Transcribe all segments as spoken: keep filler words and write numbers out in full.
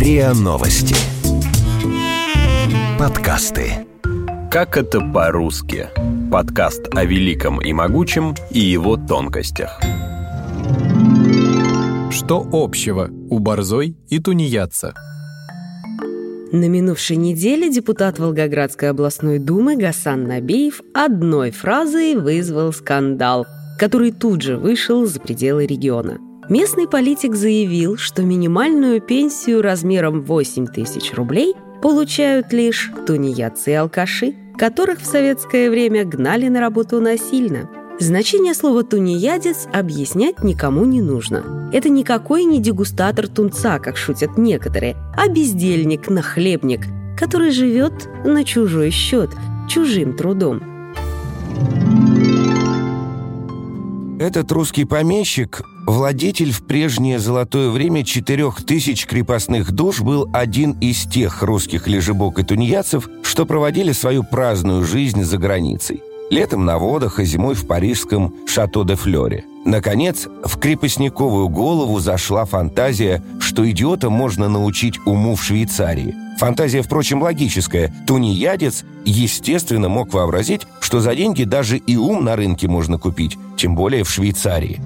РИА Новости. Подкасты. Как это по-русски? Подкаст о великом и могучем и его тонкостях. Что общего у борзой и тунеядца? На минувшей неделе депутат Волгоградской областной думы Гасан Набиев одной фразой вызвал скандал, который тут же вышел за пределы региона. Местный политик заявил, что минимальную пенсию размером восемь тысяч рублей получают лишь тунеядцы и алкаши, которых в советское время гнали на работу насильно. Значение слова «тунеядец» объяснять никому не нужно. Это никакой не дегустатор тунца, как шутят некоторые, а бездельник, нахлебник, который живет на чужой счет, чужим трудом. Этот русский помещик, владетель в прежнее золотое время четырех тысяч крепостных душ, был один из тех русских лежебок и тунеядцев, что проводили свою праздную жизнь за границей. Летом на водах, а зимой в парижском Шато-де-Флёре. Наконец, в крепостниковую голову зашла фантазия, что идиота можно научить уму в Швейцарии. Фантазия, впрочем, логическая. Тунеядец, естественно, мог вообразить, что за деньги даже и ум на рынке можно купить, тем более в Швейцарии.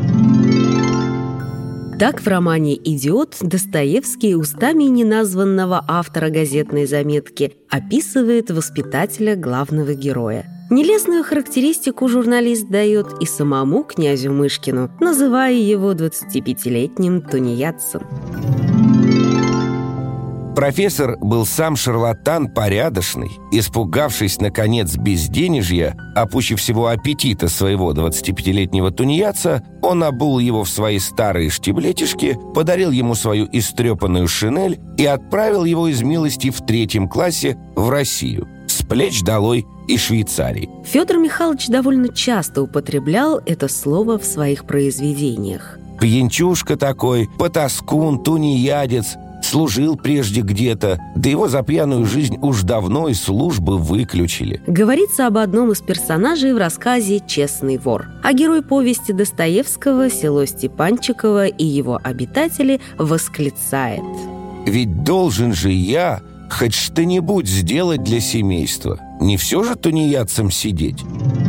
Так в романе «Идиот» Достоевский устами неназванного автора газетной заметки описывает воспитателя главного героя. Нелестную характеристику журналист дает и самому князю Мышкину, называя его двадцатипятилетним тунеядцем. Профессор был сам шарлатан порядочный. Испугавшись, наконец, безденежья, а пуще всего аппетита своего двадцатипятилетнего тунеядца, он обул его в свои старые штиблетишки, подарил ему свою истрепанную шинель и отправил его из милости в третьем классе в Россию. С плеч долой и Швейцарии. Федор Михайлович довольно часто употреблял это слово в своих произведениях. Пьянчушка такой, потаскун, тунеядец, служил прежде где-то, да его за пьяную жизнь уж давно из службы выключили. Говорится об одном из персонажей в рассказе «Честный вор». А герой повести Достоевского, село Степанчиково и его обитатели восклицает: «Ведь должен же я хоть что-нибудь сделать для семейства. Не все же тунеядцам сидеть».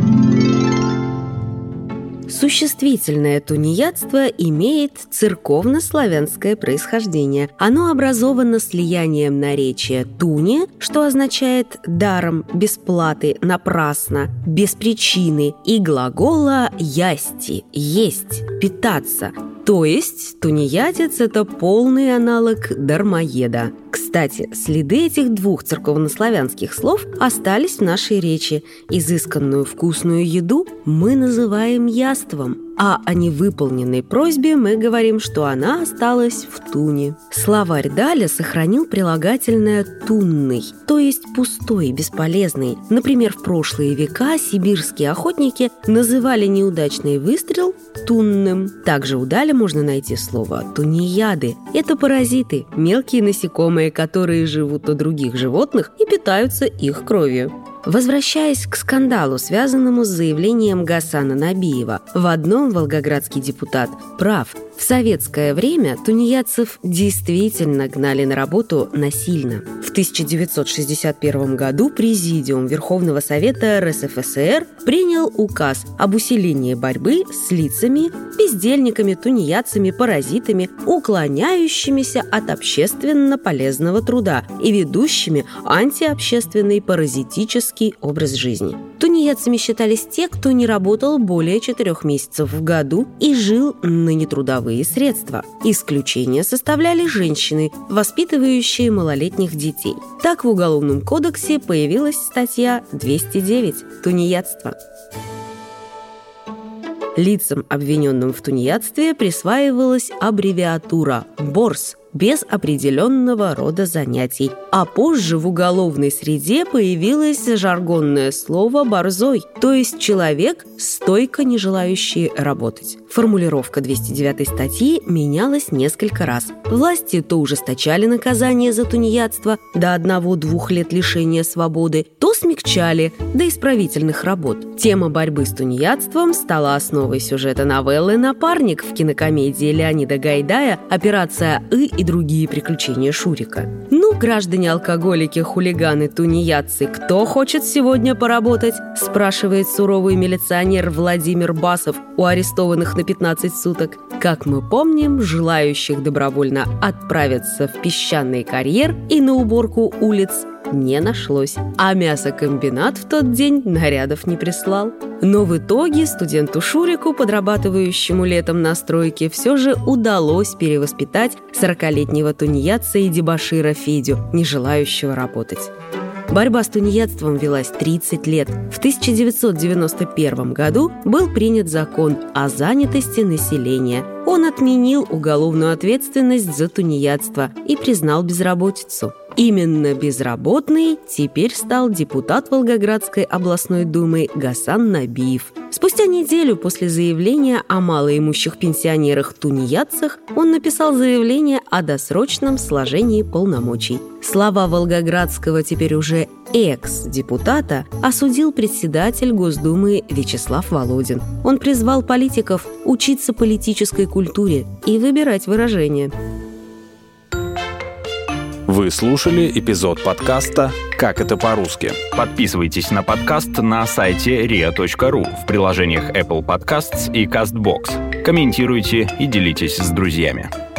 Существительное тунеядство имеет церковно-славянское происхождение. Оно образовано слиянием наречия «туне», что означает «даром», «без платы», «напрасно», «без причины», и глагола «ясти» – «есть», «питаться». То есть тунеядец – это полный аналог дармоеда. Кстати, следы этих двух церковнославянских слов остались в нашей речи. Изысканную вкусную еду мы называем яством, а о невыполненной просьбе мы говорим, что она осталась в туне. Словарь Даля сохранил прилагательное «тунный», то есть пустой, бесполезный. Например, в прошлые века сибирские охотники называли неудачный выстрел тунным. Также у Даля можно найти слово «тунеяды». Это паразиты, мелкие насекомые, которые живут у других животных и питаются их кровью. Возвращаясь к скандалу, связанному с заявлением Гасана Набиева, в одном волгоградский депутат прав. В советское время тунеядцев действительно гнали на работу насильно. В тысяча девятьсот шестьдесят первом году Президиум Верховного Совета эр эс эф эс эр принял указ об усилении борьбы с лицами, бездельниками, тунеядцами, паразитами, уклоняющимися от общественно полезного труда и ведущими антиобщественный паразитический образ жизни. Тунеядцами считались те, кто не работал более четырех месяцев в году и жил на нетрудовые средства. Исключение составляли женщины, воспитывающие малолетних детей. Так в Уголовном кодексе появилась статья двести девять «Тунеядство». Лицам, обвиненным в тунеядстве, присваивалась аббревиатура «БОРС» без определенного рода занятий. А позже в уголовной среде появилось жаргонное слово «борзой», то есть человек, стойко не желающий работать. Формулировка двести девятой статьи менялась несколько раз. Власти то ужесточали наказание за тунеядство до одного-двух лет лишения свободы, то смягчали до исправительных работ. Тема борьбы с тунеядством стала основой сюжета новеллы «Напарник» в кинокомедии Леонида Гайдая «Операция И» и другие приключения Шурика. «Ну, граждане-алкоголики, хулиганы, тунеядцы, кто хочет сегодня поработать?» – спрашивает суровый милиционер Владимир Басов у арестованных на пятнадцать суток. Как мы помним, желающих добровольно отправиться в песчаный карьер и на уборку улиц не нашлось, а мясокомбинат в тот день нарядов не прислал. Но в итоге студенту Шурику, подрабатывающему летом на стройке, все же удалось перевоспитать сорокалетнего тунеядца и дебошира Федю, не желающего работать. Борьба с тунеядством велась тридцать лет. В тысяча девятьсот девяносто первом году был принят закон о занятости населения. Он отменил уголовную ответственность за тунеядство и признал безработицу. Именно безработный теперь стал депутат Волгоградской областной думы Гасан Набиев. Спустя неделю после заявления о малоимущих пенсионерах-тунеядцах он написал заявление о досрочном сложении полномочий. Слова волгоградского теперь уже экс-депутата осудил председатель Госдумы Вячеслав Володин. Он призвал политиков учиться политической культуре и выбирать выражения. Вы слушали эпизод подкаста «Как это по-русски». Подписывайтесь на подкаст на сайте риа точка ру, в приложениях Apple Podcasts и CastBox. Комментируйте и делитесь с друзьями.